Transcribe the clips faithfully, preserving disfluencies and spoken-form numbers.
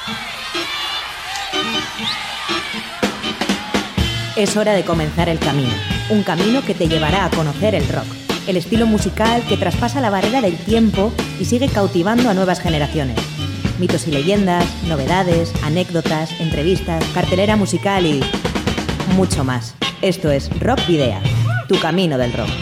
Es hora de comenzar el camino, un camino que te llevará a conocer el rock, el estilo musical que traspasa la barrera del tiempo y sigue cautivando a nuevas generaciones. Mitos y leyendas, novedades, anécdotas, entrevistas, cartelera musical y mucho más. Esto es Rock Video, tu camino del rock.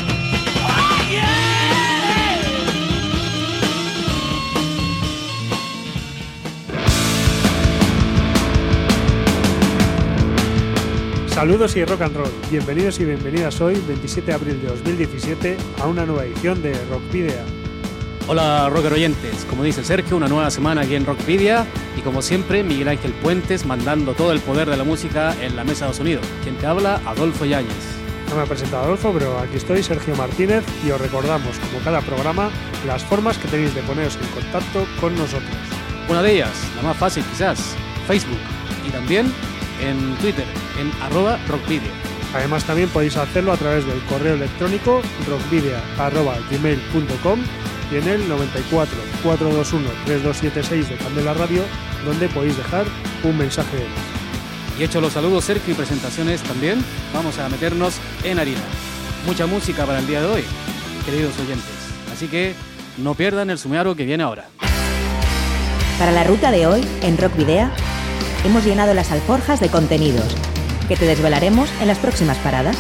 Saludos y rock and roll, bienvenidos y bienvenidas hoy, veintisiete de abril de dos mil diecisiete, a una nueva edición de Rockvidia. Hola rocker oyentes, como dice Sergio, una nueva semana aquí en Rockvidia y como siempre Miguel Ángel Puentes mandando todo el poder de la música en la mesa de sonido. Quien te habla, Adolfo Yáñez. No me ha presentado Adolfo, pero aquí estoy, Sergio Martínez, y os recordamos, como cada programa, las formas que tenéis de poneros en contacto con nosotros. Una de ellas, la más fácil quizás, Facebook, y también en Twitter, en arroba rockvidia. Además también podéis hacerlo a través del correo electrónico rockvidia arroba gmail punto com y en el noventa y cuatro, cuatrocientos veintiuno, treinta y dos setenta y seis de Candela Radio, donde podéis dejar un mensaje de voz. Y hecho los saludos, Sergio, y presentaciones también, vamos a meternos en harina. Mucha música para el día de hoy, queridos oyentes. Así que no pierdan el sumeario que viene ahora. Para la ruta de hoy, en Rockvidia, hemos llenado las alforjas de contenidos que te desvelaremos en las próximas paradas.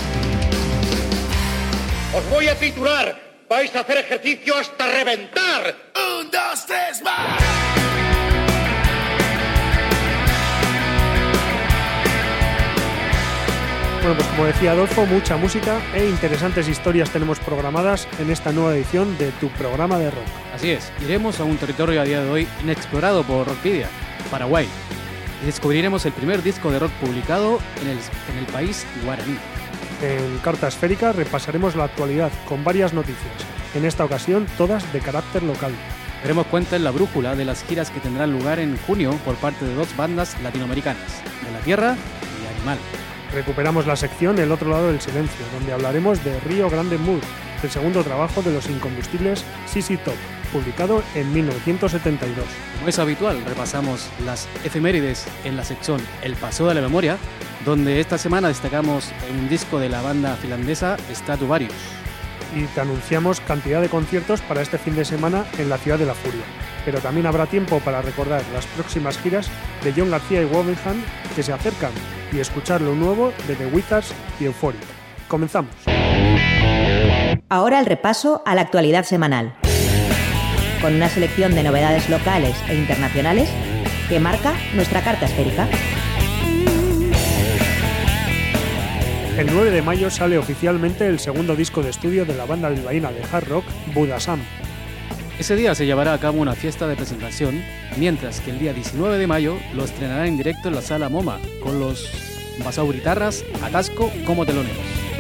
Os voy a triturar. Vais a hacer ejercicio hasta reventar. Un, dos, tres, más. Bueno, pues como decía Adolfo, mucha música e interesantes historias tenemos programadas en esta nueva edición de tu programa de rock. Así es, iremos a un territorio a día de hoy inexplorado por Rockvidia, Paraguay. Y descubriremos el primer disco de rock publicado en el, en el país guaraní. En Carta Esférica repasaremos la actualidad con varias noticias, en esta ocasión todas de carácter local. Daremos cuenta en la brújula de las giras que tendrán lugar en junio por parte de dos bandas latinoamericanas, De la Tierra y Animal. Recuperamos la sección El otro lado del silencio, donde hablaremos de Río Grande Mood, el segundo trabajo de los incombustibles Z Z Top, publicado en mil novecientos setenta y dos. Como es habitual, repasamos las efemérides en la sección El Paseo de la Memoria, donde esta semana destacamos un disco de la banda finlandesa Stratovarius. Y te anunciamos cantidad de conciertos para este fin de semana en la Ciudad de la Furia. Pero también habrá tiempo para recordar las próximas giras de John García y Wovenham que se acercan y escuchar lo nuevo de The Wizards y Euphoric. Comenzamos. Ahora el repaso a la actualidad semanal, con una selección de novedades locales e internacionales que marca nuestra carta esférica. El nueve de mayo sale oficialmente el segundo disco de estudio de la banda bilbaína de hard rock, Budasam. Ese día se llevará a cabo una fiesta de presentación, mientras que el día diecinueve de mayo lo estrenará en directo en la Sala MoMA, con los Basauritarras Atasco como teloneros.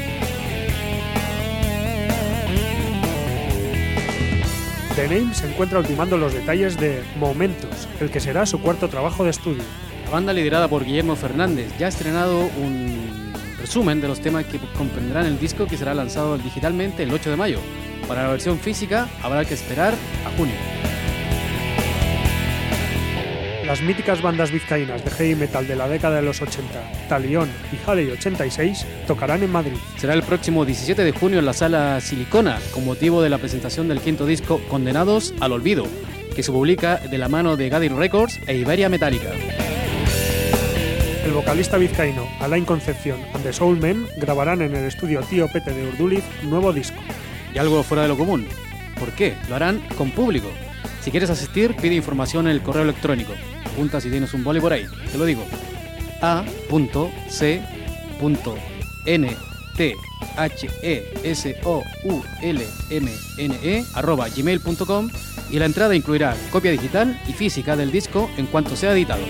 The Name se encuentra ultimando los detalles de Momentos, el que será su cuarto trabajo de estudio. La banda liderada por Guillermo Fernández ya ha estrenado un resumen de los temas que comprenderán el disco, que será lanzado digitalmente el ocho de mayo. Para la versión física habrá que esperar a junio. Las míticas bandas vizcaínas de heavy metal de la década de los ochenta, Talión y Halley ochenta y seis, tocarán en Madrid. Será el próximo diecisiete de junio en la Sala Silicona, con motivo de la presentación del quinto disco Condenados al Olvido, que se publica de la mano de Gadir Records e Iberia Metallica. El vocalista vizcaíno Alain Concepción and the Soul Men grabarán en el estudio Tío Pete de Urduliz nuevo disco. Y algo fuera de lo común. ¿Por qué? Lo harán con público. Si quieres asistir, pide información en el correo electrónico. Apunta si tienes un boli por ahí, te lo digo. a punto c punto n t h e s o u l m n e arroba gmail punto com y la entrada incluirá copia digital y física del disco en cuanto sea editado.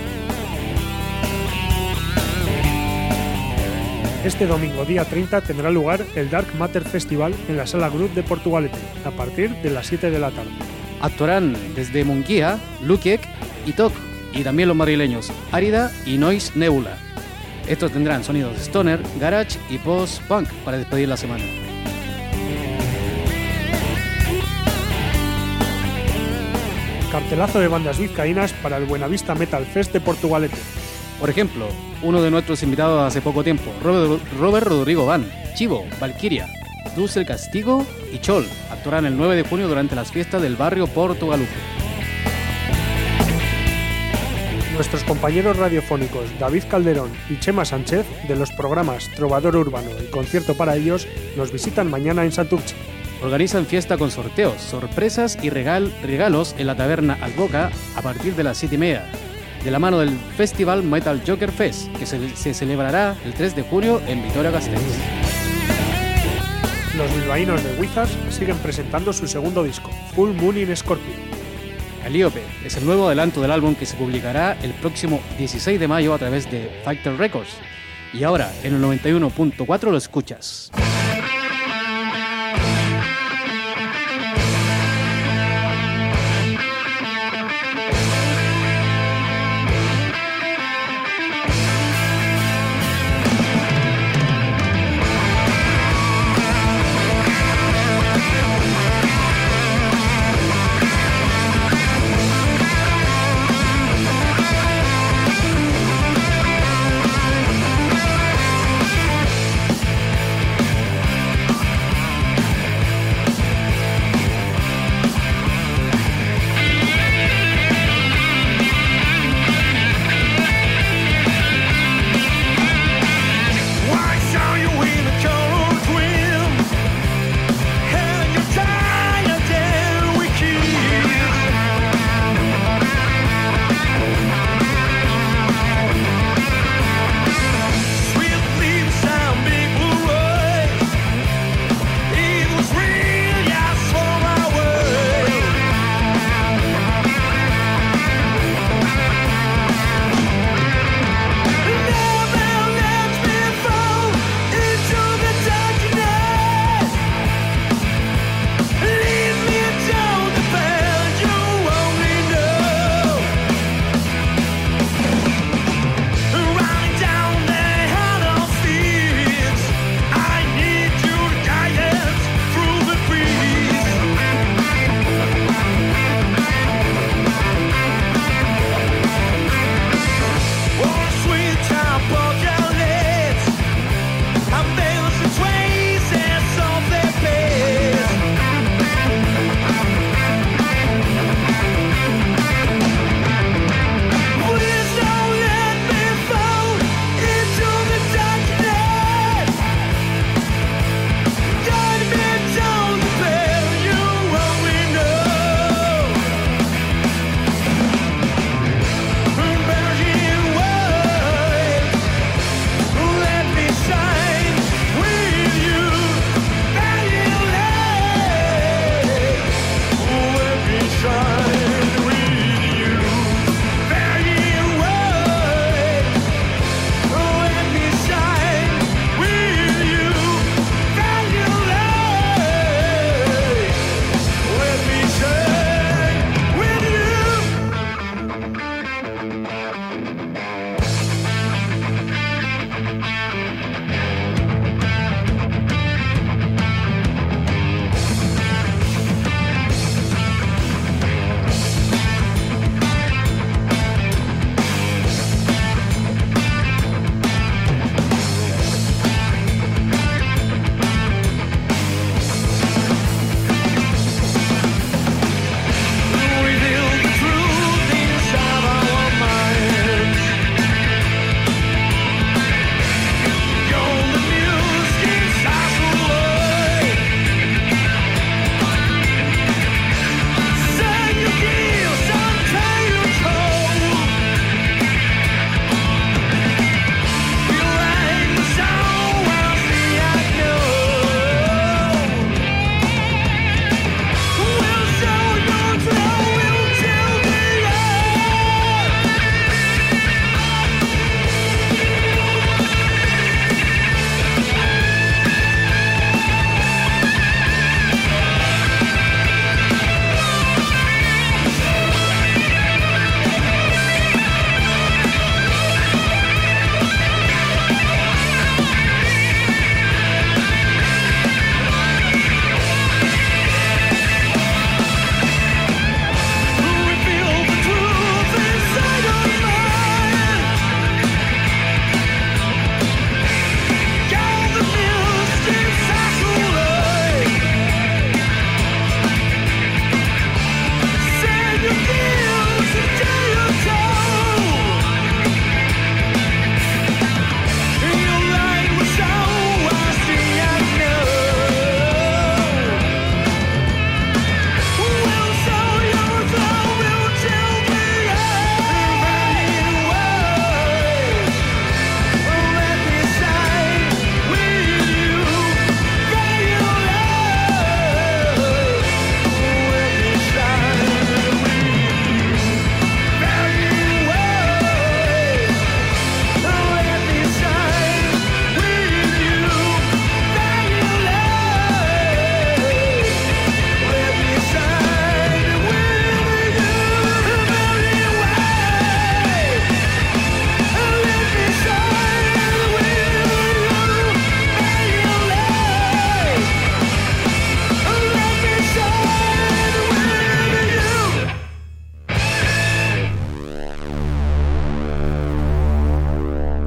Este domingo, día treinta, tendrá lugar el Dark Matter Festival en la Sala Group de Portugalete, a partir de las siete de la tarde. Actuarán desde Munguía, Lukiek y Tok, y también los madrileños Árida y Noise Nebula. Estos tendrán sonidos stoner, garage y post-punk para despedir la semana. Cartelazo de bandas vizcaínas para el Buenavista Metal Fest de Portugalete. Por ejemplo, uno de nuestros invitados hace poco tiempo, Robert, Robert Rodrigo Van, Chivo, Valkyria, Dulce el Castigo y Chol, actuarán el nueve de junio durante las fiestas del barrio Portugalete. Nuestros compañeros radiofónicos David Calderón y Chema Sánchez, de los programas Trovador Urbano y Concierto para ellos, nos visitan mañana en Santurce. Organizan fiesta con sorteos, sorpresas y regal, regalos en la taberna Alboca a partir de las siete y media, de la mano del Festival Metal Joker Fest, que se, se celebrará el tres de junio en Vitoria-Gasteiz. Los bilbaínos de Wizards siguen presentando su segundo disco, Full Moon in Scorpio. Calliope es el nuevo adelanto del álbum que se publicará el próximo dieciséis de mayo a través de Fighter Records. Y ahora, en el noventa y uno punto cuatro lo escuchas.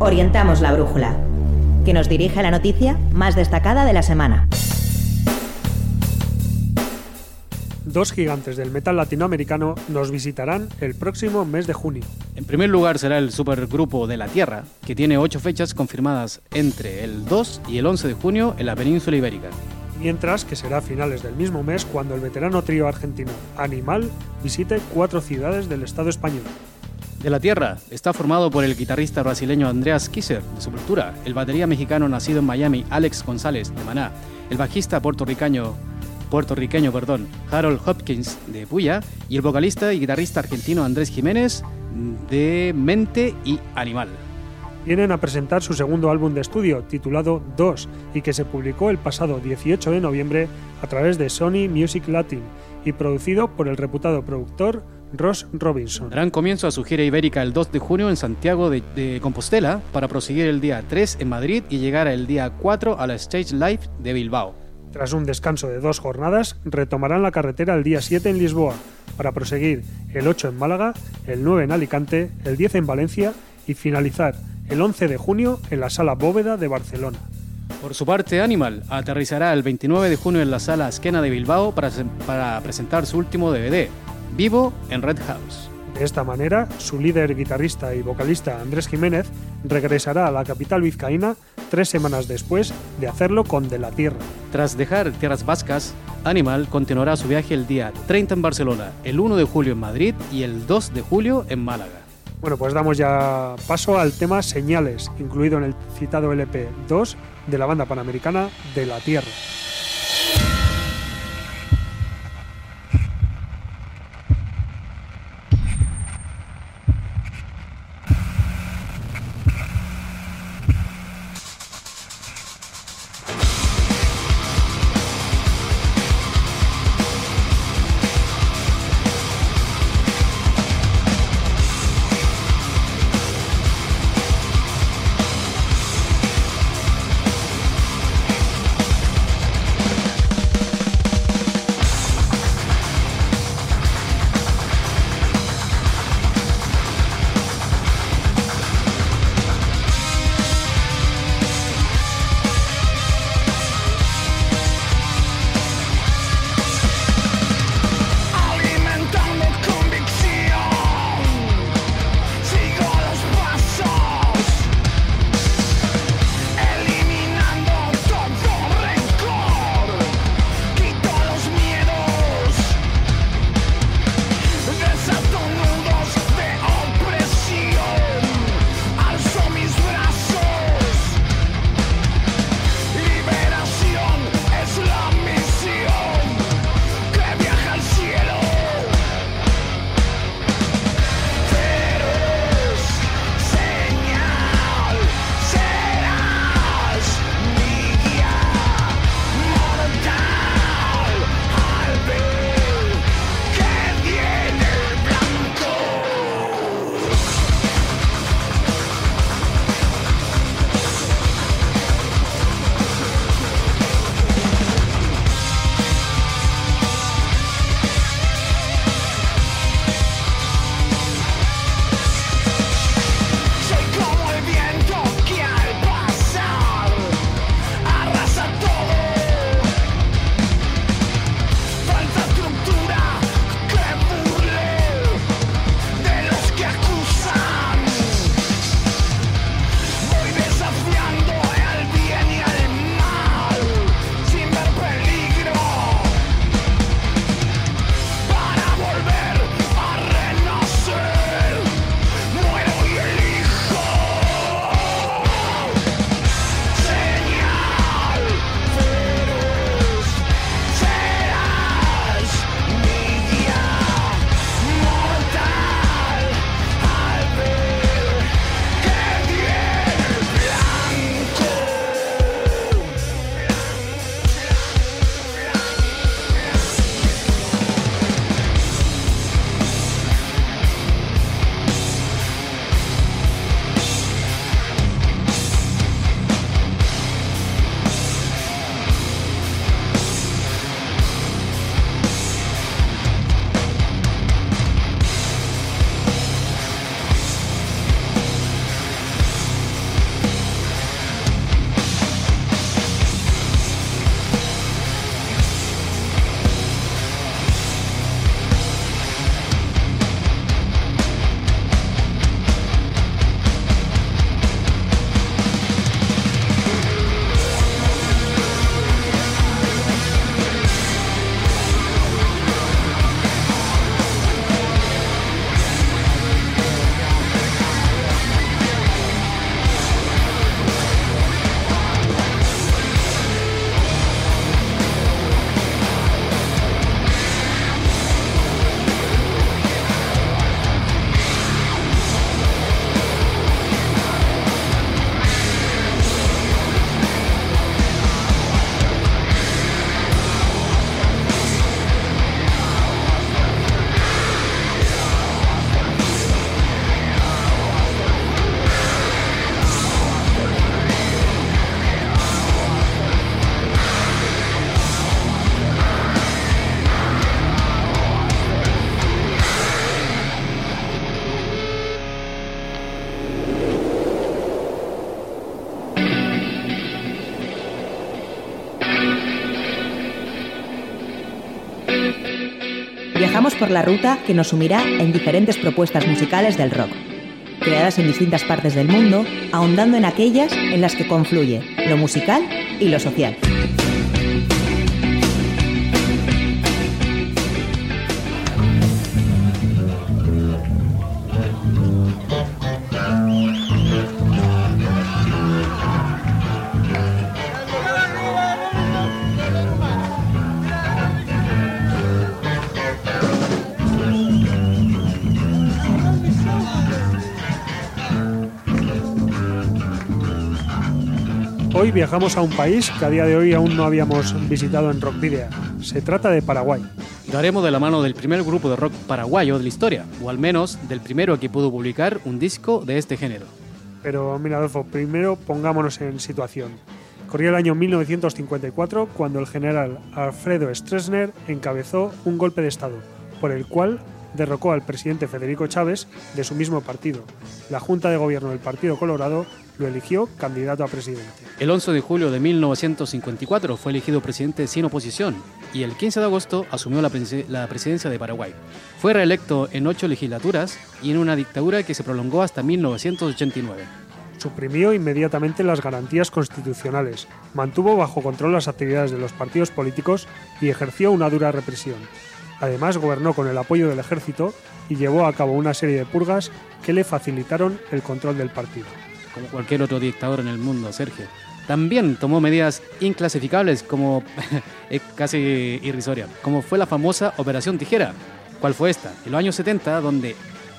Orientamos la brújula, que nos dirige a la noticia más destacada de la semana. Dos gigantes del metal latinoamericano nos visitarán el próximo mes de junio. En primer lugar será el supergrupo de La Tierra, que tiene ocho fechas confirmadas entre el dos y el once de junio en la península ibérica. Mientras que será a finales del mismo mes cuando el veterano trío argentino Animal visite cuatro ciudades del Estado español. De La Tierra está formado por el guitarrista brasileño Andreas Kisser, de Sepultura, el batería mexicano nacido en Miami Alex González, de Maná, el bajista puertorriqueño puertorriqueño, perdón, Harold Hopkins, de Puya, y el vocalista y guitarrista argentino Andrés Jiménez, de Mente y Animal. Vienen a presentar su segundo álbum de estudio, titulado dos, y que se publicó el pasado dieciocho de noviembre a través de Sony Music Latin y producido por el reputado productor Ross Robinson. Darán comienzo a su gira ibérica el dos de junio en Santiago de, de Compostela para proseguir el día tres en Madrid y llegar el día cuatro a la Stage Live de Bilbao. Tras un descanso de dos jornadas, retomarán la carretera el día siete en Lisboa, para proseguir el ocho en Málaga, el nueve en Alicante, el diez en Valencia y finalizar el once de junio en la Sala Bóveda de Barcelona. Por su parte, Animal aterrizará el veintinueve de junio en la Sala Esquena de Bilbao para, para presentar su último D V D, Vivo en Red House. De esta manera, su líder, guitarrista y vocalista Andrés Jiménez regresará a la capital vizcaína tres semanas después de hacerlo con De La Tierra. Tras dejar tierras vascas, Animal continuará su viaje el día treinta en Barcelona, el uno de julio en Madrid y el dos de julio en Málaga. Bueno, pues damos ya paso al tema Señales, incluido en el citado L P dos de la banda panamericana De La Tierra. Viajamos por la ruta que nos sumirá en diferentes propuestas musicales del rock, creadas en distintas partes del mundo, ahondando en aquellas en las que confluye lo musical y lo social. Hoy viajamos a un país que a día de hoy aún no habíamos visitado en Rockvidia. Se trata de Paraguay. Lo haremos de la mano del primer grupo de rock paraguayo de la historia, o al menos del primero que pudo publicar un disco de este género. Pero mira, Adolfo, primero pongámonos en situación. Corría el año mil novecientos cincuenta y cuatro cuando el general Alfredo Stroessner encabezó un golpe de estado, por el cual derrocó al presidente Federico Chávez de su mismo partido. La Junta de Gobierno del Partido Colorado lo eligió candidato a presidente. El once de julio de mil novecientos cincuenta y cuatro fue elegido presidente sin oposición y el quince de agosto asumió la, presi- la presidencia de Paraguay. Fue reelecto en ocho legislaturas y en una dictadura que se prolongó hasta mil novecientos ochenta y nueve. Suprimió inmediatamente las garantías constitucionales, mantuvo bajo control las actividades de los partidos políticos y ejerció una dura represión. Además, gobernó con el apoyo del ejército y llevó a cabo una serie de purgas que le facilitaron el control del partido. Como cualquier otro dictador en el mundo, Sergio. También tomó medidas inclasificables como es casi irrisoria, como fue la famosa Operación Tijera. ¿Cuál fue esta? En los años setenta, donde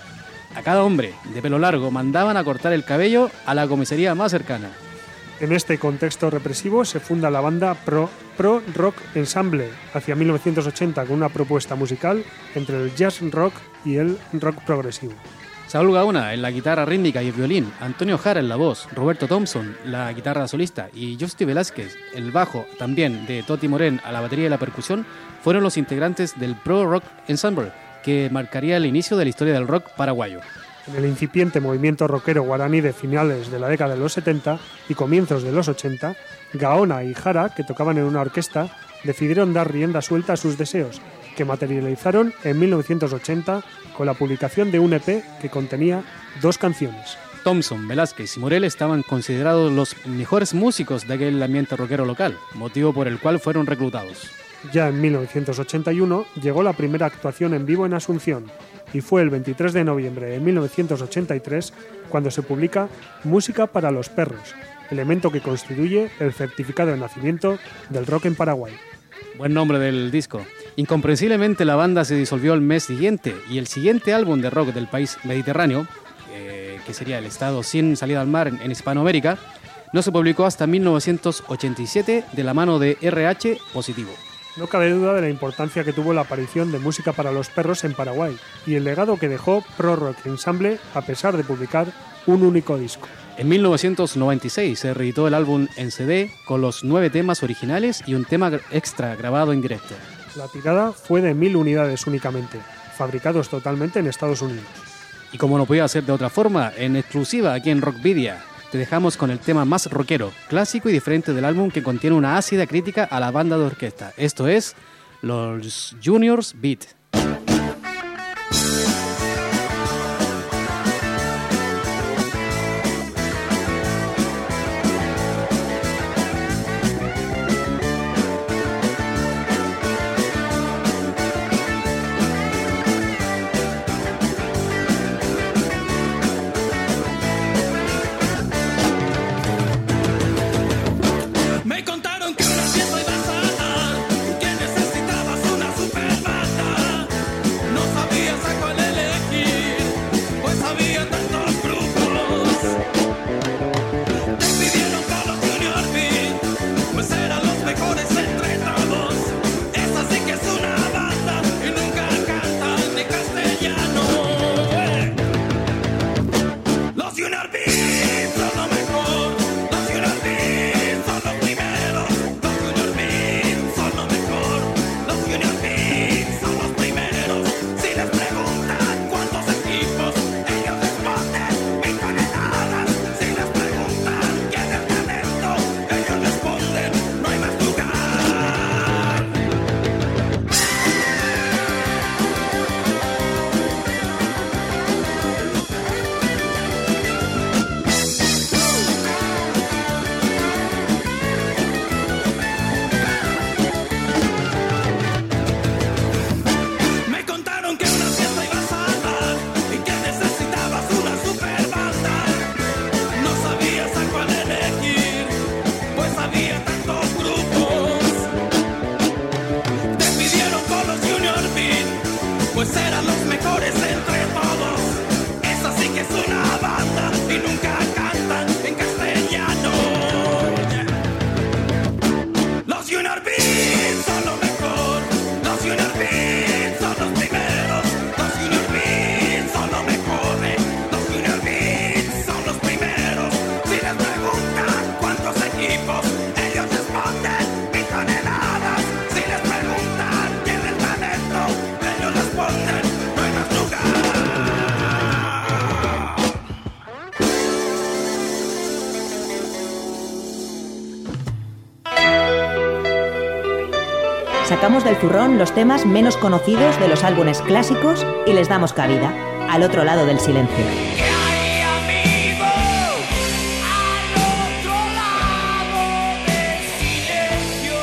a cada hombre de pelo largo mandaban a cortar el cabello a la comisaría más cercana. En este contexto represivo se funda la banda Pro, Pro Rock Ensemble hacia mil novecientos ochenta con una propuesta musical entre el jazz rock y el rock progresivo. Saúl Gaona en la guitarra rítmica y el violín, Antonio Jara en la voz, Roberto Thompson la guitarra solista y Justy Velázquez, el bajo también de Toti Morén a la batería y la percusión, fueron los integrantes del Pro Rock Ensemble, que marcaría el inicio de la historia del rock paraguayo. En el incipiente movimiento rockero guaraní de finales de la década de los setenta y comienzos de los ochenta, Gaona y Jara, que tocaban en una orquesta, decidieron dar rienda suelta a sus deseos, que materializaron en mil novecientos ochenta con la publicación de un E P que contenía dos canciones. Thompson, Velázquez y Morel estaban considerados los mejores músicos de aquel ambiente rockero local, motivo por el cual fueron reclutados. Ya en mil novecientos ochenta y uno llegó la primera actuación en vivo en Asunción y fue el veintitrés de noviembre de mil novecientos ochenta y tres cuando se publica Música para los Perros, elemento que constituye el certificado de nacimiento del rock en Paraguay. Buen nombre del disco. Incomprensiblemente la banda se disolvió el mes siguiente y el siguiente álbum de rock del país mediterráneo, eh, que sería el estado sin salida al mar en, en Hispanoamérica, no se publicó hasta mil novecientos ochenta y siete de la mano de R H Positivo. No cabe duda de la importancia que tuvo la aparición de Música para los Perros en Paraguay y el legado que dejó Pro Rock Ensemble a pesar de publicar un único disco. En mil novecientos noventa y seis se reeditó el álbum en C D con los nueve temas originales y un tema extra grabado en directo. La tirada fue de mil unidades únicamente, fabricados totalmente en Estados Unidos. Y como no podía ser de otra forma, en exclusiva aquí en Rockvidia, te dejamos con el tema más rockero, clásico y diferente del álbum que contiene una ácida crítica a la banda de orquesta. Esto es los Juniors Beat. Me contaron que una fiesta ibas a dar, que necesitabas una super banda. porque es una banda y nunca cantan en castellano. Los Junior Beats son lo mejor, los Junior Beats son los primeros, los Junior Beats son lo mejor, eh. Los Junior Beats son los primeros. Si les preguntan cuántos equipos, ellos responden mil toneladas. Si les preguntan quién es talento, ellos responden no hay más lugar. Sacamos del zurrón los temas menos conocidos de los álbumes clásicos y les damos cabida, al otro lado del silencio. ¿Qué hay, amigo? Al otro lado del silencio.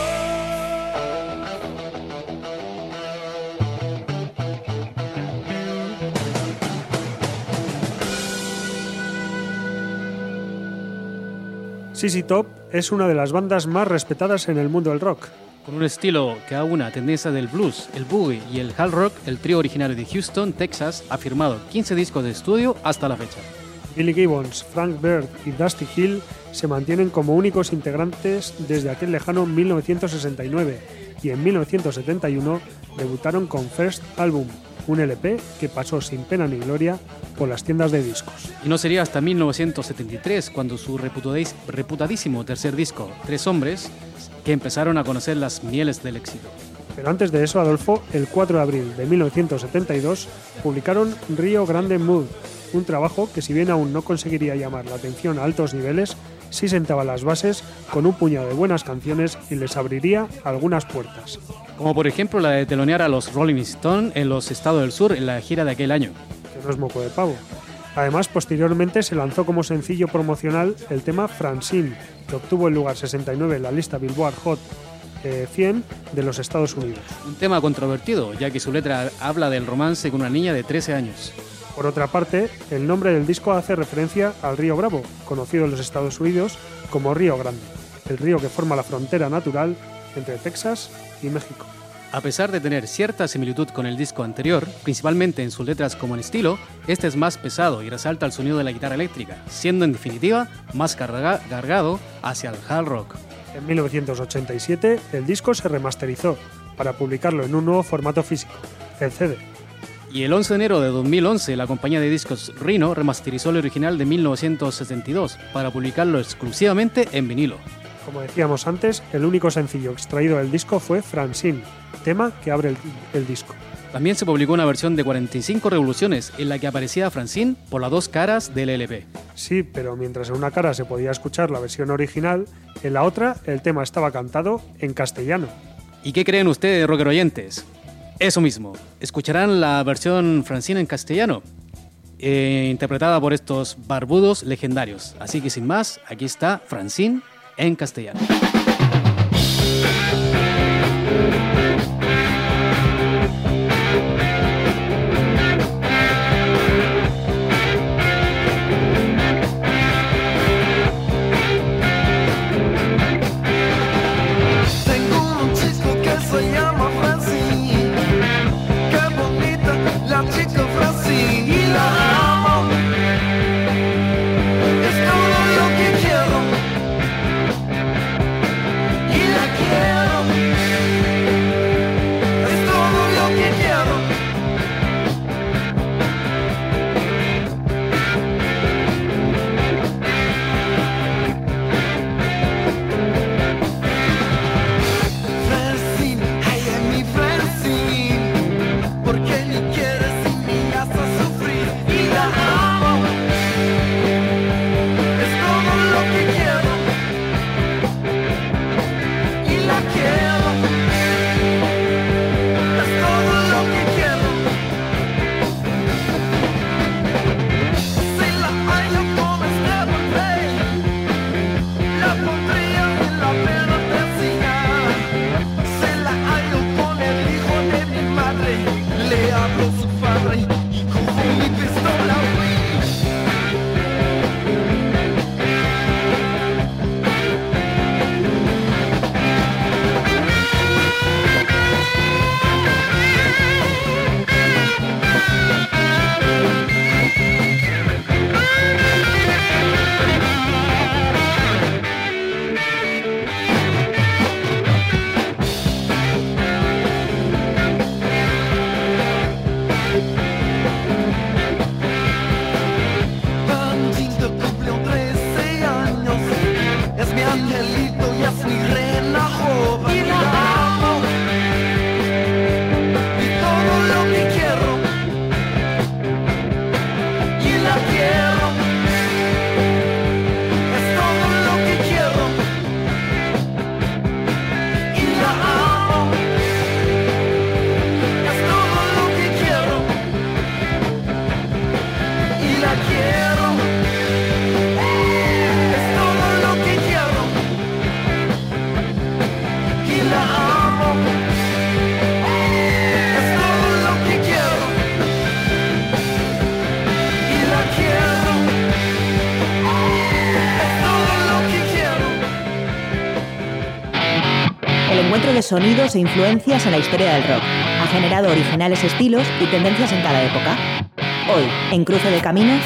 Z Z Top es una de las bandas más respetadas en el mundo del rock. Con un estilo que aúna tendencia del blues, el boogie y el hard rock, el trío originario de Houston, Texas, ha firmado quince discos de estudio hasta la fecha. Billy Gibbons, Frank Bird y Dusty Hill se mantienen como únicos integrantes desde aquel lejano mil novecientos sesenta y nueve y en mil novecientos setenta y uno debutaron con First Album, un L P que pasó sin pena ni gloria por las tiendas de discos. Y no sería hasta mil novecientos setenta y tres cuando su reputadís- reputadísimo tercer disco, Tres Hombres, que empezaron a conocer las mieles del éxito. Pero antes de eso, Adolfo, el cuatro de abril de mil novecientos setenta y dos publicaron Rio Grande Mood, un trabajo que, si bien aún no conseguiría llamar la atención a altos niveles, sí sentaba las bases con un puñado de buenas canciones y les abriría algunas puertas. Como por ejemplo la de telonear a los Rolling Stones en los Estados del Sur en la gira de aquel año. Que no es moco de pavo. Además, posteriormente se lanzó como sencillo promocional el tema Francine, que obtuvo el lugar sesenta y nueve en la lista Billboard Hot eh, cien de los Estados Unidos. Un tema controvertido, ya que su letra habla del romance con una niña de trece años. Por otra parte, el nombre del disco hace referencia al río Bravo, conocido en los Estados Unidos como Río Grande, el río que forma la frontera natural entre Texas y México. A pesar de tener cierta similitud con el disco anterior, principalmente en sus letras como en estilo, este es más pesado y resalta el sonido de la guitarra eléctrica, siendo en definitiva más carga- cargado hacia el hard rock. En mil novecientos ochenta y siete, el disco se remasterizó para publicarlo en un nuevo formato físico, el C D. Y el once de enero de dos mil once, la compañía de discos Rhino remasterizó el original de mil novecientos setenta y dos para publicarlo exclusivamente en vinilo. Como decíamos antes, el único sencillo extraído del disco fue Francine, tema que abre el, el disco. También se publicó una versión de cuarenta y cinco revoluciones en la que aparecía Francine por las dos caras del L P. Sí, pero mientras en una cara se podía escuchar la versión original, en la otra el tema estaba cantado en castellano. ¿Y qué creen ustedes, rocker oyentes? Eso mismo, escucharán la versión Francine en castellano, eh, interpretada por estos barbudos legendarios. Así que sin más, aquí está Francine en castellano. Tengo un chico que se llama Francine, qué bonita la chica Francine y la amo, es todo lo que quiero. diferentes sonidos e influencias en la historia del rock. Ha generado originales estilos y tendencias en cada época. Hoy, en Cruce de Caminos...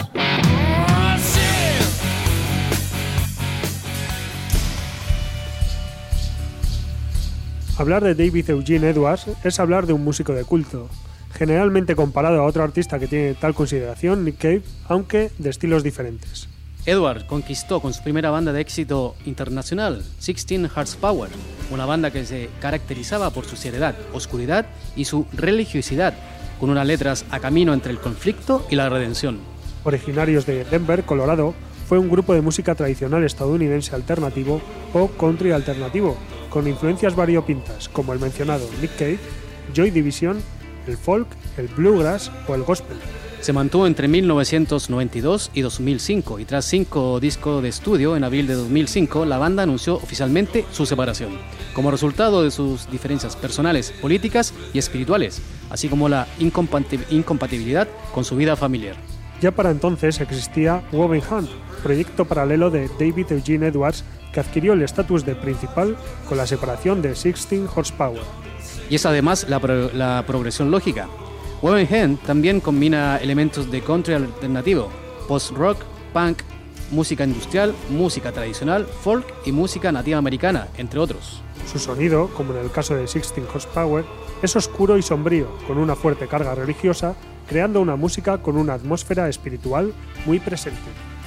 Hablar de David Eugene Edwards es hablar de un músico de culto, generalmente comparado a otro artista que tiene tal consideración, Nick Cave, aunque de estilos diferentes. Edwards conquistó con su primera banda de éxito internacional, sixteen Horsepower, una banda que se caracterizaba por su seriedad, oscuridad y su religiosidad, con unas letras a camino entre el conflicto y la redención. Originarios de Denver, Colorado, fue un grupo de música tradicional estadounidense alternativo o country alternativo, con influencias variopintas como el mencionado Nick Cave, Joy Division, el folk, el bluegrass o el gospel. Se mantuvo entre mil novecientos noventa y dos y dos mil cinco y tras cinco discos de estudio en abril de dos mil cinco, la banda anunció oficialmente su separación, como resultado de sus diferencias personales, políticas y espirituales, así como la incompatibilidad con su vida familiar. Ya para entonces existía Woven Hand, proyecto paralelo de David Eugene Edwards que adquirió el estatus de principal con la separación de sixteen Horsepower. Y es además la, pro la progresión lógica. Woven Hand también combina elementos de country alternativo, post-rock, punk, música industrial, música tradicional, folk y música nativa americana, entre otros. Su sonido, como en el caso de sixteen Horsepower, es oscuro y sombrío, con una fuerte carga religiosa, creando una música con una atmósfera espiritual muy presente.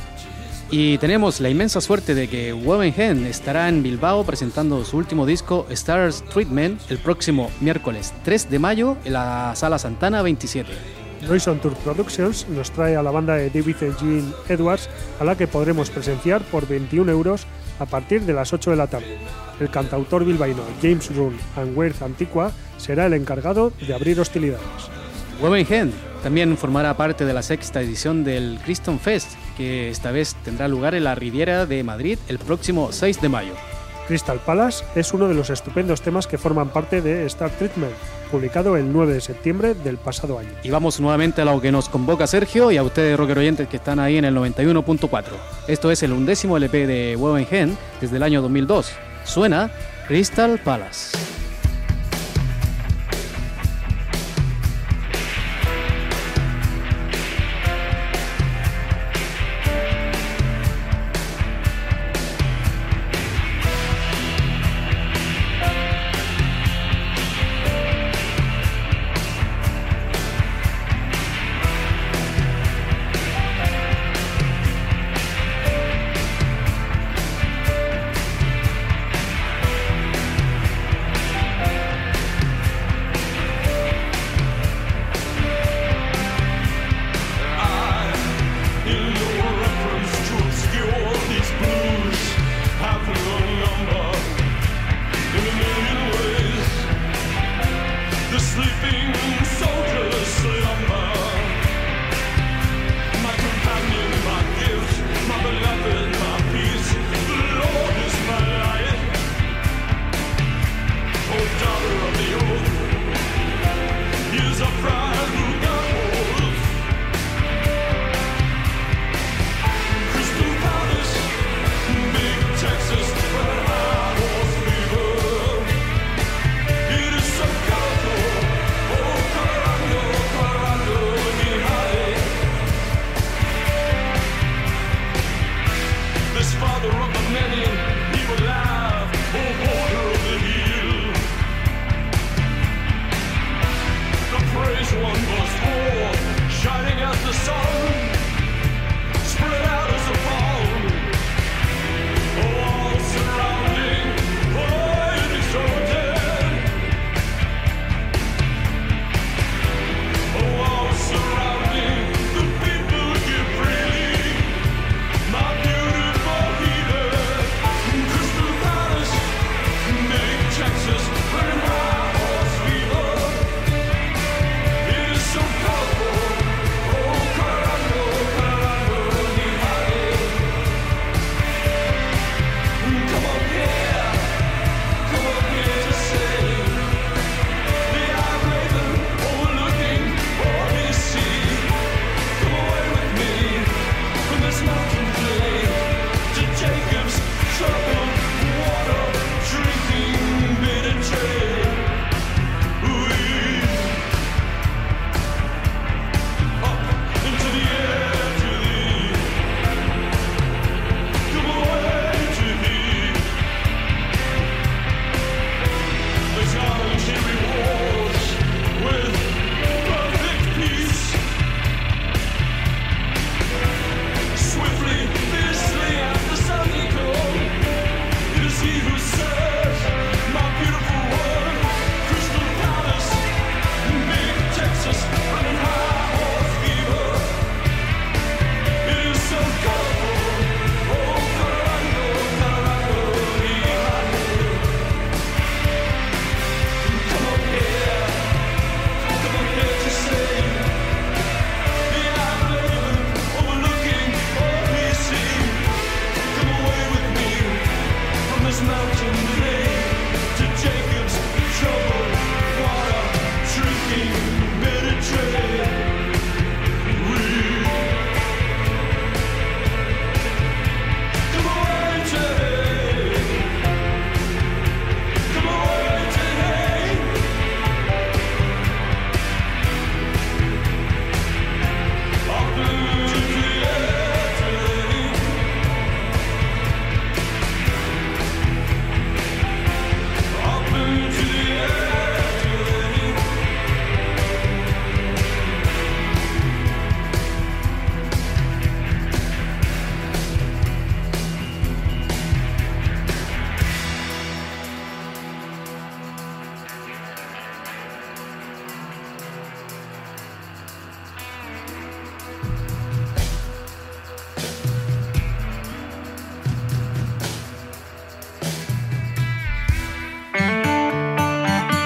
Y tenemos la inmensa suerte de que Woven Hand estará en Bilbao presentando su último disco Stars Treatment el próximo miércoles tres de mayo en la Sala Santana veintisiete. Noise on Tour Productions nos trae a la banda de David Eugene Edwards, a la que podremos presenciar por veintiún euros a partir de las ocho de la tarde. El cantautor bilbaíno James Rule and Weird Antiqua será el encargado de abrir hostilidades. Woven Hand también formará parte de la sexta edición del Criston Fest, que esta vez tendrá lugar en la Riviera de Madrid el próximo seis de mayo. Crystal Palace es uno de los estupendos temas que forman parte de Star Treatment, publicado el nueve de septiembre del pasado año. Y vamos nuevamente a lo que nos convoca Sergio y a ustedes, rocker oyentes, que están ahí en el noventa y uno punto cuatro. Esto es el undécimo L P de Woven Hand desde el año dos mil dos. Suena Crystal Palace.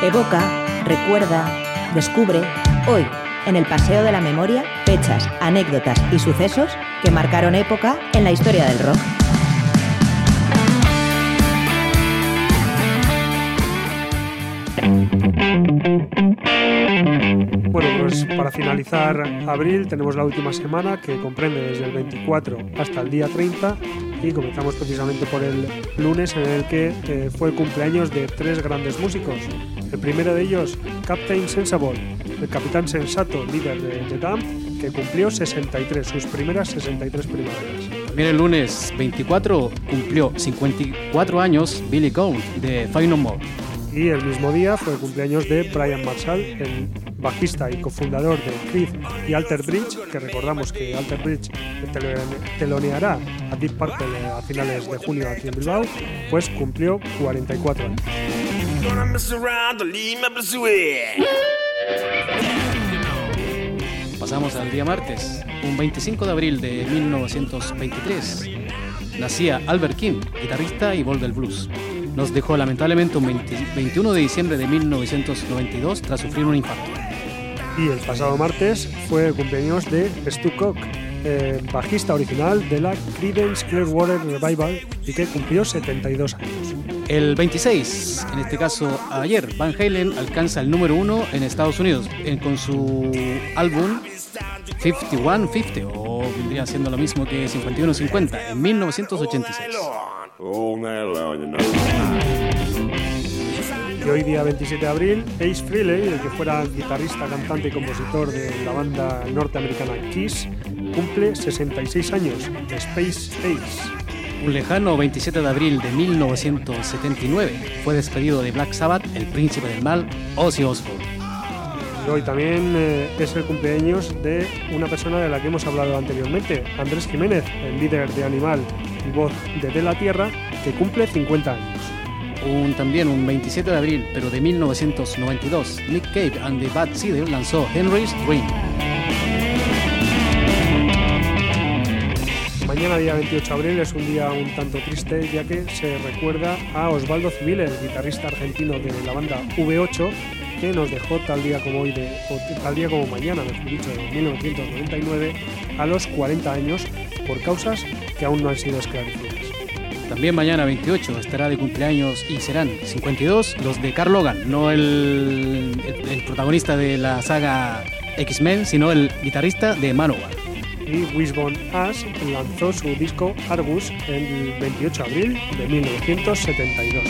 Evoca, recuerda, descubre, hoy, en el Paseo de la Memoria, fechas, anécdotas y sucesos que marcaron época en la historia del rock. Bueno, pues para finalizar abril tenemos la última semana que comprende desde el veinticuatro hasta el día treinta y comenzamos precisamente por el lunes en el que eh, fue el cumpleaños de tres grandes músicos. El primero de ellos, Captain Sensible, el capitán sensato, líder de The Damned, que cumplió sesenta y tres, sus primeras sesenta y tres primaveras. También el lunes veinticuatro cumplió cincuenta y cuatro años Billy Gould de Faith No More. Y el mismo día fue el cumpleaños de Brian Marshall, el bajista y cofundador de Creed y Alter Bridge, que recordamos que Alter Bridge teloneará a Deep Purple a finales de junio aquí en Bilbao, pues cumplió cuarenta y cuatro años. Pasamos al día martes, un veinticinco de abril de mil novecientos veintitrés. Nacía Albert King, guitarrista y voz del blues. Nos dejó lamentablemente un veintiuno de diciembre de mil novecientos noventa y dos tras sufrir un infarto. Y el pasado martes fue el cumpleaños de Stu Cook, eh, bajista original de la Creedence Clearwater Revival y que cumplió setenta y dos años. El veintiséis, en este caso ayer, Van Halen alcanza el número uno en Estados Unidos en, con su álbum cincuenta y uno cincuenta, o vendría siendo lo mismo que cincuenta y uno cincuenta, en mil novecientos ochenta y seis. Y hoy día veintisiete de abril, Ace Frehley, el que fuera guitarrista, cantante y compositor de la banda norteamericana Kiss, cumple sesenta y seis años, de Space Ace. Un lejano veintisiete de abril de mil novecientos setenta y nueve fue despedido de Black Sabbath el príncipe del mal, Ozzy Osbourne. Y hoy también eh, es el cumpleaños de una persona de la que hemos hablado anteriormente, Andrés Jiménez, el líder de Animal y voz de De la Tierra, que cumple cincuenta años. Un, también un veintisiete de abril, pero de mil novecientos noventa y dos, Nick Cave and the Bad Seeds lanzó Henry's Dream. Mañana, día veintiocho de abril, es un día un tanto triste, ya que se recuerda a Osvaldo Civil, el guitarrista argentino de la banda V ocho, que nos dejó tal día como hoy, de, o tal día como mañana, mejor dicho, de mil novecientos noventa y nueve, a los cuarenta años, por causas que aún no han sido esclarecidas. También mañana veintiocho estará de cumpleaños y serán cincuenta y dos los de Carl Logan, no el, el, el protagonista de la saga X-Men, sino el guitarrista de Manowar. Y Wishbone Ash lanzó su disco Argus el veintiocho de abril de mil novecientos setenta y dos.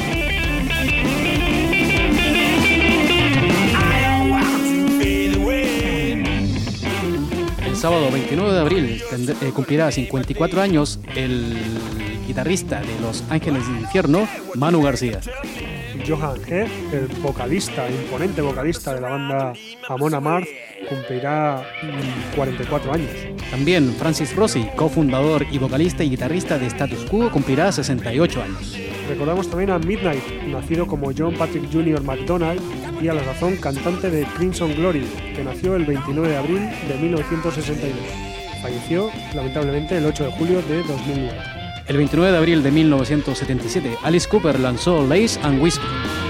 El sábado veintinueve de abril tend- eh, cumplirá cincuenta y cuatro años el guitarrista de Los Ángeles del Infierno, Manu García. Johan Head, el vocalista, imponente vocalista de la banda Amon Amarth, cumplirá cuarenta y cuatro años. También Francis Rossi, cofundador y vocalista y guitarrista de Status Quo, cumplirá sesenta y ocho años. Recordamos también a Midnight, nacido como John Patrick junior McDonald y a la sazón cantante de Crimson Glory, que nació el veintinueve de abril de mil novecientos sesenta y dos. Falleció, lamentablemente, el ocho de julio de dos mil nueve. El veintinueve de abril de mil novecientos setenta y siete, Alice Cooper lanzó Lace and Whiskey.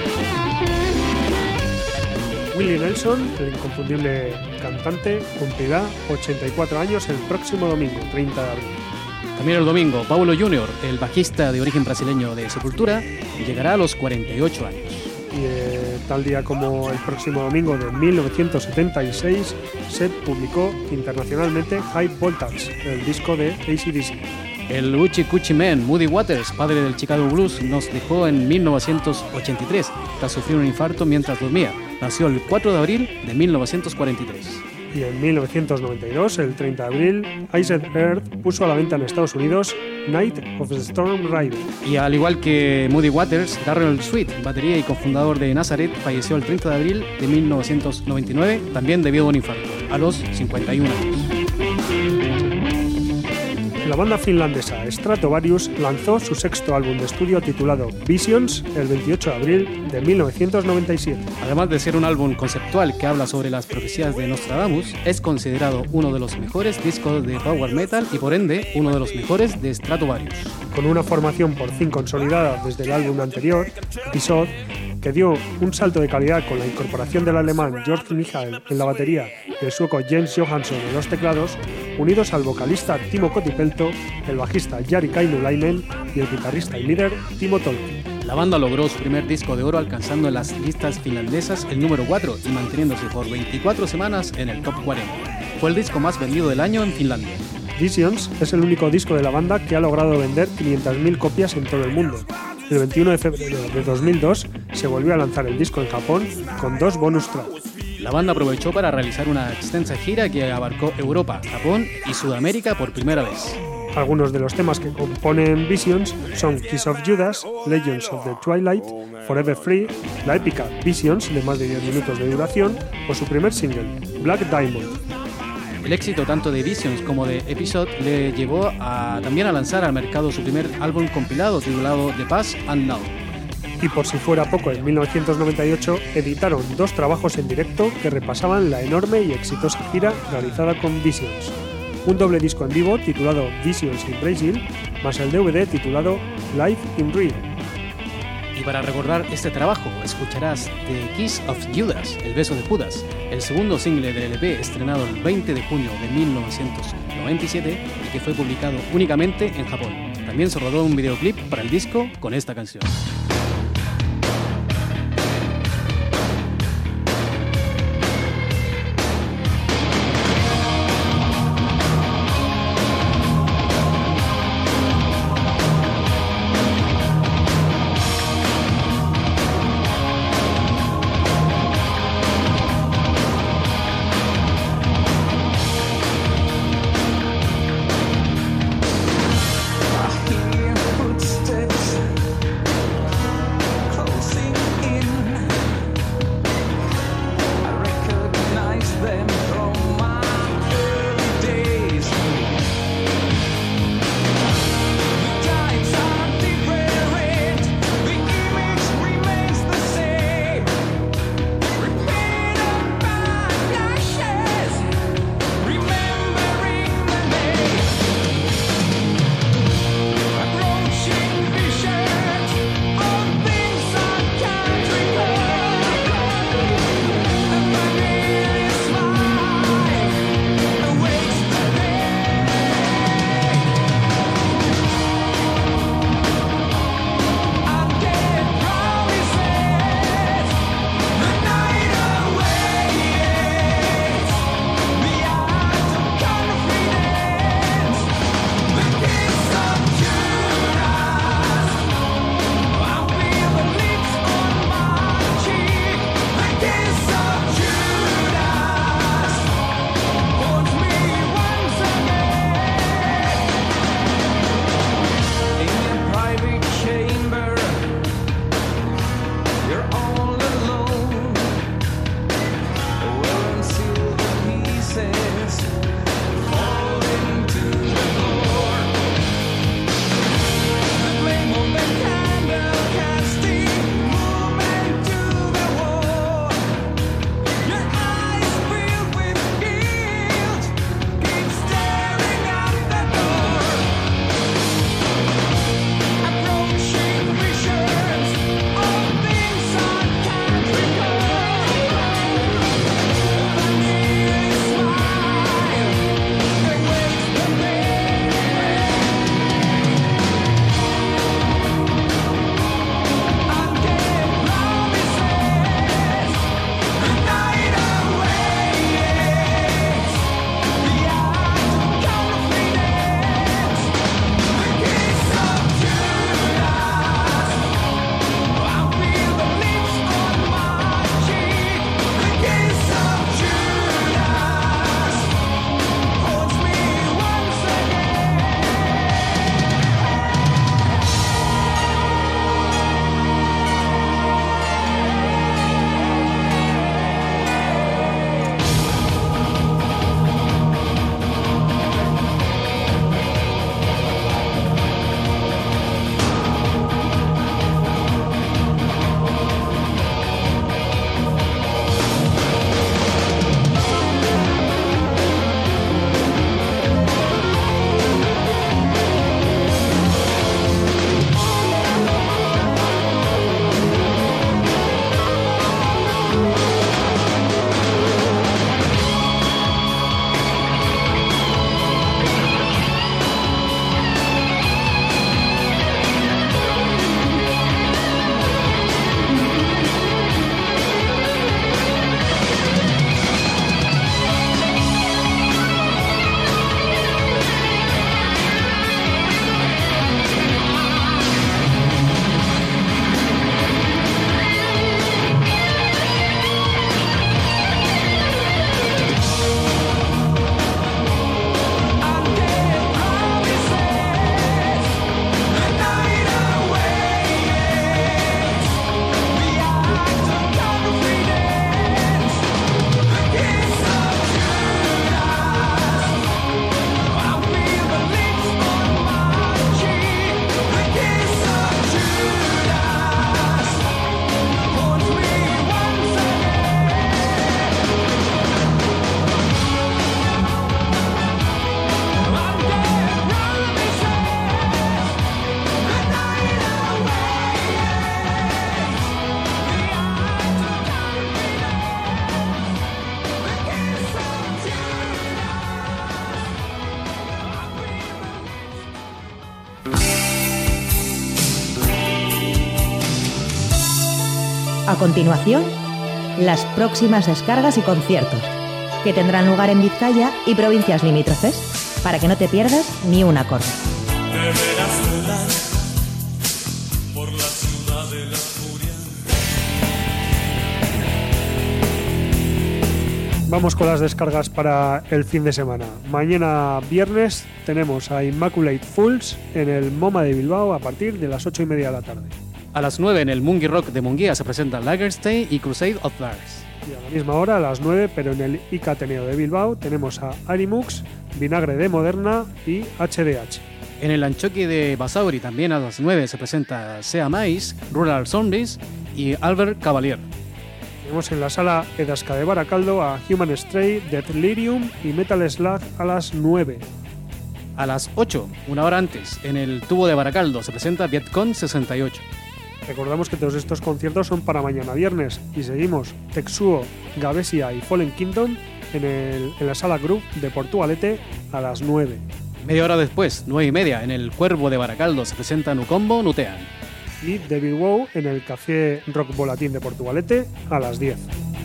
Willie Nelson, el inconfundible cantante, cumplirá ochenta y cuatro años el próximo domingo, treinta de abril. También el domingo, Paulo junior, el bajista de origen brasileño de Sepultura, llegará a los cuarenta y ocho años. Y eh, tal día como el próximo domingo de mil novecientos setenta y seis se publicó internacionalmente High Voltage, el disco de A C D C. El Uchi Cuchi Man, Moody Waters, padre del Chicago Blues, nos dejó en mil novecientos ochenta y tres tras sufrir un infarto mientras dormía. Nació el cuatro de abril de mil novecientos cuarenta y tres. Y en mil novecientos noventa y dos, el treinta de abril, Iced Earth puso a la venta en Estados Unidos Night of the Storm Rider. Y al igual que Moody Waters, Darrell Sweet, batería y cofundador de Nazareth, falleció el treinta de abril de mil novecientos noventa y nueve, también debido a un infarto, a los cincuenta y un años. La banda finlandesa Stratovarius lanzó su sexto álbum de estudio titulado Visions el veintiocho de abril de mil novecientos noventa y siete. Además de ser un álbum conceptual que habla sobre las profecías de Nostradamus, es considerado uno de los mejores discos de power metal y por ende uno de los mejores de Stratovarius. Con una formación por fin consolidada desde el álbum anterior, Episode, que dio un salto de calidad con la incorporación del alemán Georg Michael en la batería y el sueco Jens Johansson en los teclados, unidos al vocalista Timo Kotipelto, el bajista Jari Kainulainen y el guitarrista y líder Timo Tolkki. La banda logró su primer disco de oro alcanzando en las listas finlandesas el número cuatro y manteniéndose por veinticuatro semanas en el top cuarenta. Fue el disco más vendido del año en Finlandia. Visions es el único disco de la banda que ha logrado vender quinientas mil copias en todo el mundo. El veintiuno de febrero de dos mil dos se volvió a lanzar el disco en Japón con dos bonus tracks. La banda aprovechó para realizar una extensa gira que abarcó Europa, Japón y Sudamérica por primera vez. Algunos de los temas que componen Visions son Kiss of Judas, Legends of the Twilight, Forever Free, la épica Visions de más de diez minutos de duración o su primer single, Black Diamond. El éxito tanto de Visions como de Episode le llevó a, también a lanzar al mercado su primer álbum compilado titulado The Past and Now. Y por si fuera poco, en mil novecientos noventa y ocho editaron dos trabajos en directo que repasaban la enorme y exitosa gira realizada con Visions. Un doble disco en vivo titulado Visions in Brasil, más el D V D titulado Live in Real. Y para recordar este trabajo, escucharás The Kiss of Judas, El beso de Judas, el segundo single del L P estrenado el veinte de junio de mil novecientos noventa y siete y que fue publicado únicamente en Japón. También se rodó un videoclip para el disco con esta canción. A continuación, las próximas descargas y conciertos, que tendrán lugar en Vizcaya y provincias limítrofes, para que no te pierdas ni un acorde. Te verás volar por la ciudad de la furia. Vamos con las descargas para el fin de semana. Mañana viernes tenemos a Immaculate Fools en el MoMA de Bilbao a partir de las ocho y media de la tarde. A las nueve en el Mungi Rock de Munguía se presentan Lagerstein y Crusade of Bars. Y a la misma hora, a las nueve, pero en el I C A Ateneo de Bilbao, tenemos a Arimux, Vinagre de Moderna y H D H. En el Anchoqui de Basauri también a las nueve se presenta Sea Mais, Rural Zombies y Albert Cavalier. Tenemos en la sala Edasca de Baracaldo a Human Stray, Delirium y Metal Slug a las nueve. A las ocho, una hora antes, en el Tubo de Baracaldo se presenta Vietcon sesenta y ocho. Recordamos que todos estos conciertos son para mañana viernes y seguimos Texuo, Gabesia y Fallen Kingdom en, el, en la sala Group de Portugalete a las nueve. Media hora después, nueve y media, en el Cuervo de Baracaldo se presenta Nucombo Nutean. Y Devil Wow en el Café Rock Volatín de Portugalete a las diez.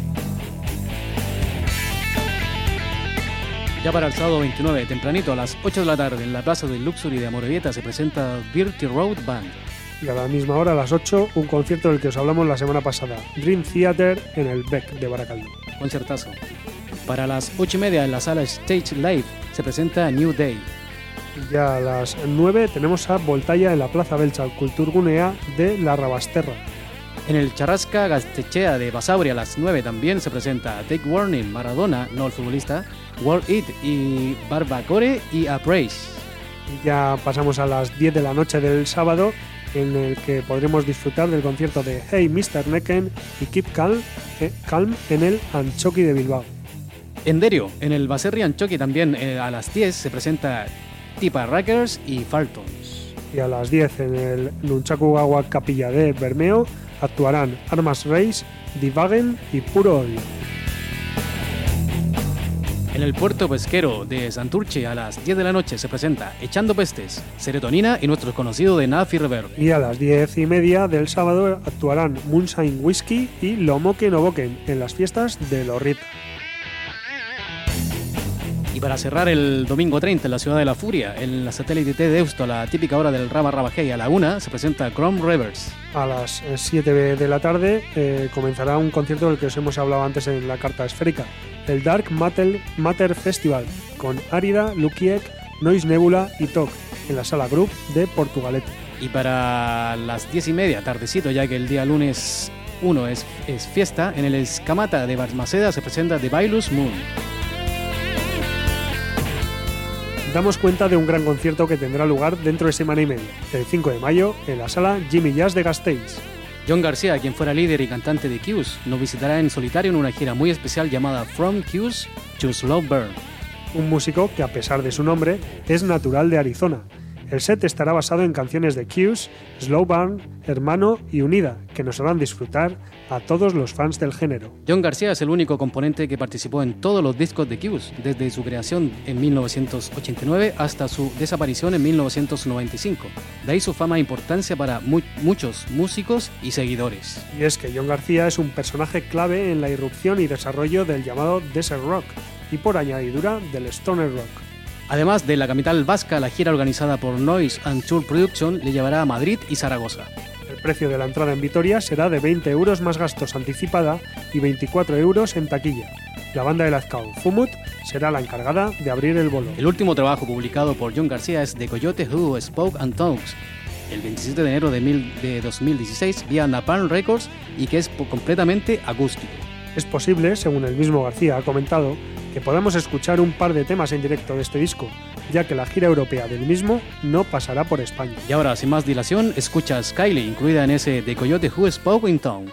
Ya para el sábado veintinueve, tempranito a las ocho de la tarde, en la Plaza del Luxury de Amorebieta se presenta Dirty Road Band. Y a la misma hora, a las ocho, un concierto del que os hablamos la semana pasada, Dream Theater en el B E C de Baracaldo. Concertazo. Para las ocho y media en la sala Stage Live se presenta New Day. Y ya a las nueve tenemos a Voltaia en la Plaza Belcha Kulturgunea de La Rabasterra. En el Charrasca Gastechea de Basauri a las nueve también se presenta Take Warning, Maradona, no el futbolista, World It y Barbacore y Appraise. Y ya pasamos a las diez de la noche del sábado, en el que podremos disfrutar del concierto de Hey mister Necken y Keep Calm, eh, Calm en el Anchoqui de Bilbao. En Derio, en el Baserri Anchoqui también eh, a las diez se presenta Tipa Rackers y Faltons. Y a las diez en el Nunchakugawa Capilla de Bermeo actuarán Armas Race, Divagen y Puro Odio. En el puerto pesquero de Santurce a las diez de la noche se presenta Echando Pestes, Serotonina y nuestro conocido de Nafi Reverb. Y a las diez y media del sábado actuarán Moonshine Whiskey y Lomoken no Boken en las fiestas de Lorrita. Y para cerrar el domingo treinta en la ciudad de la Furia, en la satélite T de Deusto, a la típica hora del Rama Rabajé y a la una se presenta Chrome Rivers. A las siete de la tarde eh, comenzará un concierto del que os hemos hablado antes en la carta esférica, el Dark Matter, Matter Festival, con Árida, Lukiek, Noise Nebula y Tok, en la sala Group de Portugalete. Y para las diez y media, tardecito, ya que el día lunes uno es, es fiesta, en el Escamata de Balmaceda se presenta The Bailus Moon. Damos cuenta de un gran concierto que tendrá lugar dentro de semana y media, el cinco de mayo, en la sala Jimmy Jazz de Gasteiz. John García, quien fuera líder y cantante de Q's, nos visitará en solitario en una gira muy especial llamada From Q's to Slow Burn. Un músico que, a pesar de su nombre, es natural de Arizona. El set estará basado en canciones de Q's, Slow Burn, Hermano y Unida, que nos harán disfrutar a todos los fans del género. John García es el único componente que participó en todos los discos de Q's, desde su creación en mil novecientos ochenta y nueve hasta su desaparición en mil novecientos noventa y cinco. De ahí su fama e importancia para mu- muchos músicos y seguidores. Y es que John García es un personaje clave en la irrupción y desarrollo del llamado Desert Rock, y por añadidura del Stoner Rock. Además de la capital vasca, la gira organizada por Noise and Tour Production le llevará a Madrid y Zaragoza. El precio de la entrada en Vitoria será de veinte euros más gastos anticipada y veinticuatro euros en taquilla. La banda de Lazcao, Fumut, será la encargada de abrir el bolo. El último trabajo publicado por John García es The Coyote Who Spoke and Talks, el veintisiete de enero de, mil, de dos mil dieciséis vía Napalm Records, y que es completamente acústico. Es posible, según el mismo García ha comentado, que podamos escuchar un par de temas en directo de este disco, ya que la gira europea del mismo no pasará por España. Y ahora, sin más dilación, escucha a Skyly, incluida en ese The Coyote Who Spoke in Town.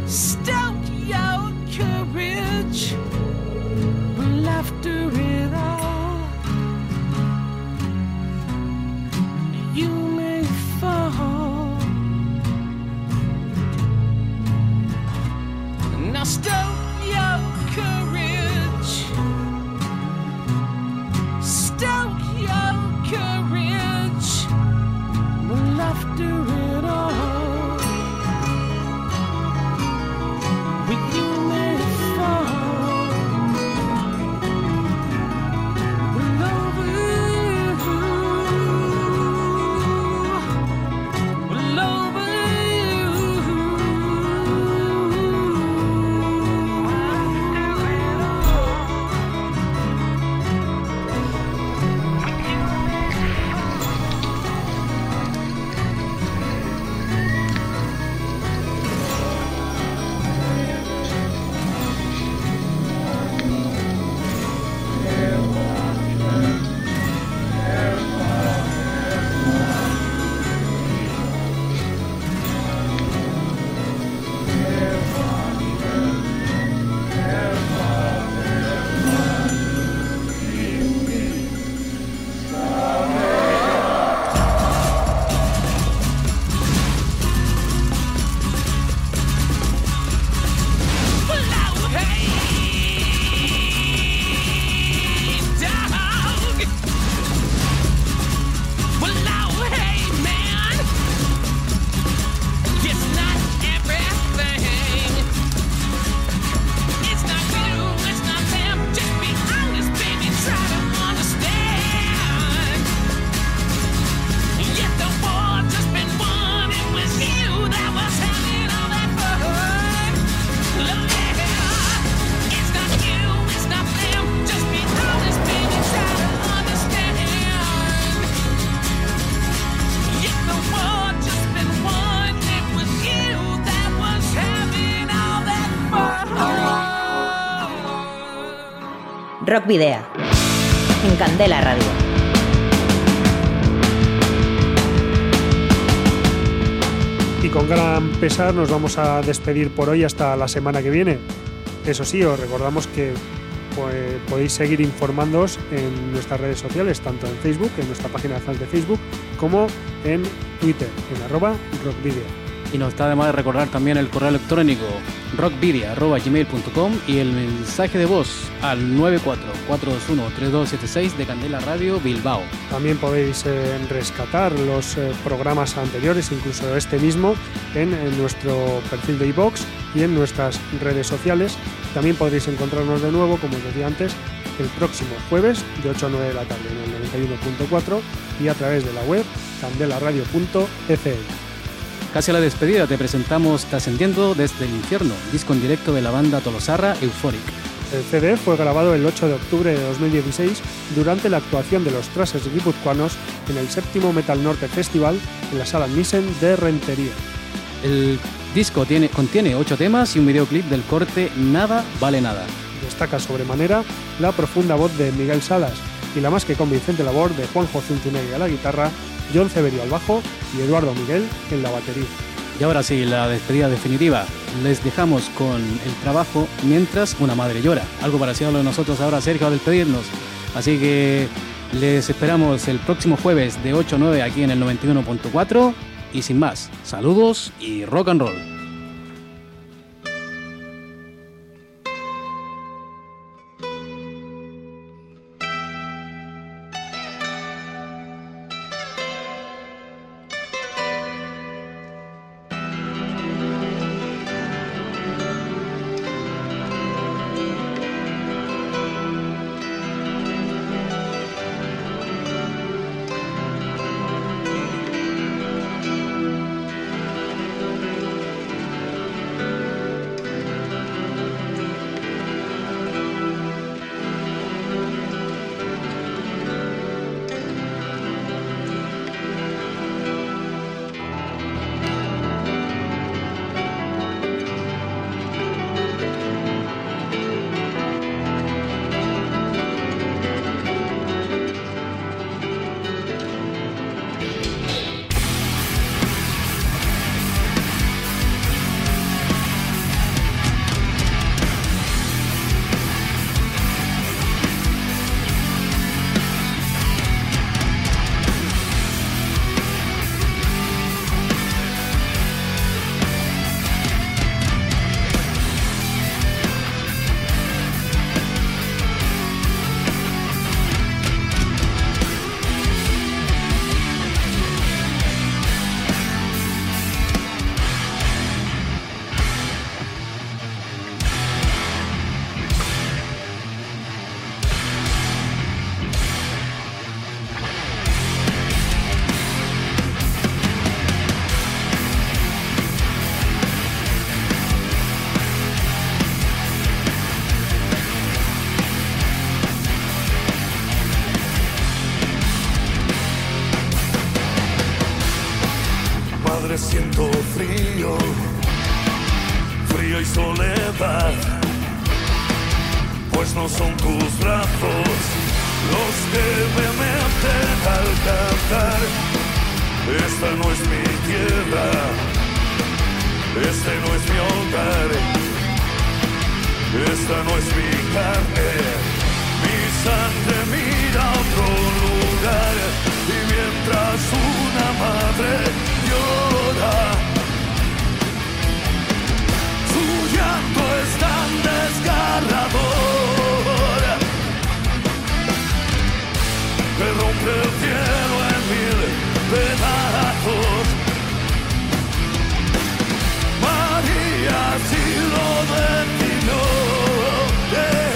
Stoke your courage, well, after it all, you may fall. Now stoke your courage, stoke your courage, well, after it all. Rock Video, en Candela Radio. Y con gran pesar nos vamos a despedir por hoy hasta la semana que viene. Eso sí, os recordamos que pues, podéis seguir informándoos en nuestras redes sociales, tanto en Facebook, en nuestra página de fans de Facebook, como en Twitter, en arroba rockvideo. Y nos está además de recordar también el correo electrónico rockvidia arroba gmail punto com y el mensaje de voz al nueve cuatro cuatro dos uno tres dos siete seis de Candela Radio Bilbao. También podéis eh, rescatar los eh, programas anteriores, incluso este mismo, en, en nuestro perfil de iVoox y en nuestras redes sociales. También podréis encontrarnos de nuevo, como os decía antes, el próximo jueves de ocho a nueve de la tarde en el noventa y uno punto cuatro y a través de la web candelaradio punto f m. Casi a la despedida te presentamos Trascendiendo desde el infierno, disco en directo de la banda tolosarra Euphoric. El C D fue grabado el ocho de octubre de dos mil dieciséis durante la actuación de los Trasers guipuzcoanos en el séptimo Metal Norte Festival en la Sala Nissen de Rentería. El disco tiene, contiene ocho temas y un videoclip del corte Nada vale nada. Destaca sobremanera la profunda voz de Miguel Salas y la más que convincente labor de Juanjo Zunzunegui a la guitarra, John Severio al bajo y Eduardo Miguel en la batería. Y ahora sí, la despedida definitiva. Les dejamos con el trabajo Mientras una madre llora. Algo parecido a lo de nosotros ahora, Sergio, al despedirnos. Así que les esperamos el próximo jueves de ocho a nueve aquí en el noventa y uno punto cuatro. Y sin más, saludos y rock and roll. frío, frío y soledad, pues no son tus brazos los que me meten al cantar. Esta no es mi tierra, este no es mi hogar, esta no es mi carne, mi sangre mira a otro lugar. Y mientras una madre llora, su llanto es tan desgarrador que rompe el cielo en mil pedazos. María sí lo definió. Yeah.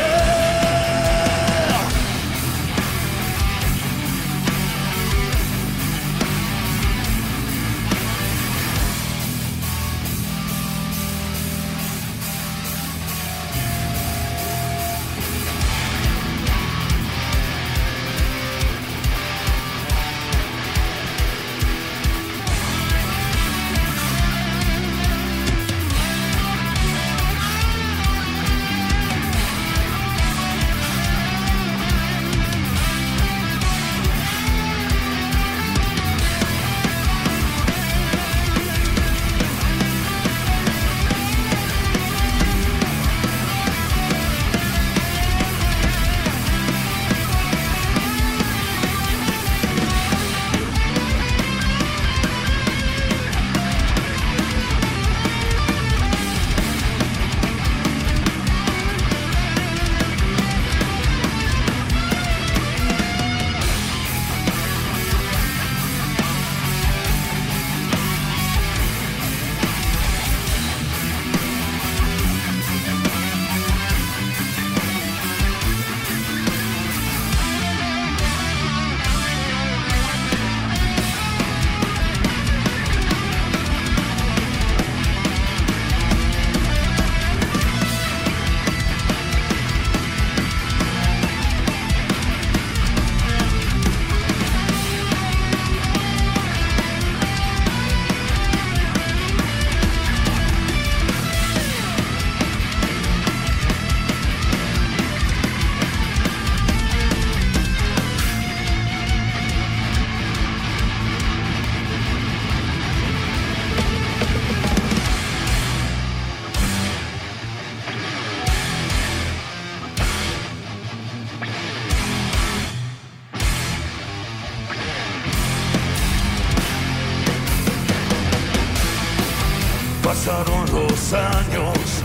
Pasaron los años,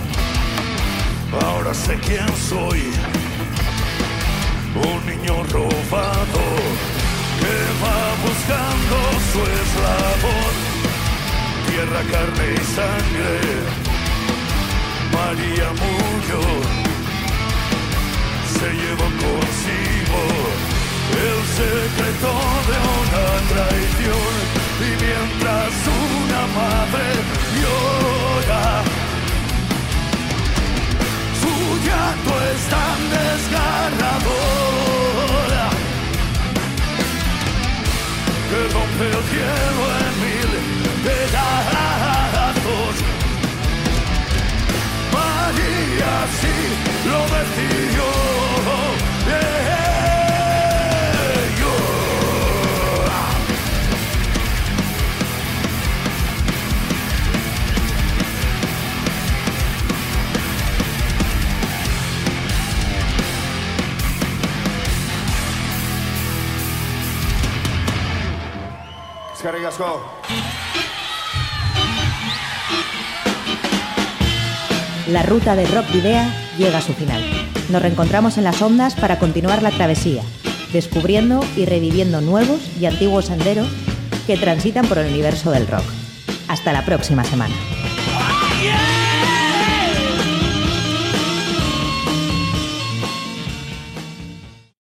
ahora sé quién soy. Un niño robado que va buscando su eslabón. Tierra, carne y sangre, María murió. Se llevó consigo el secreto de una traición. Y mientras una madre llora, su llanto es tan desgarrador que rompe el cielo en mil pedazos. María sí lo decidió. Yeah. La ruta de Rock Video llega a su final. Nos reencontramos en las ondas para continuar la travesía, descubriendo y reviviendo nuevos y antiguos senderos que transitan por el universo del rock. Hasta la próxima semana.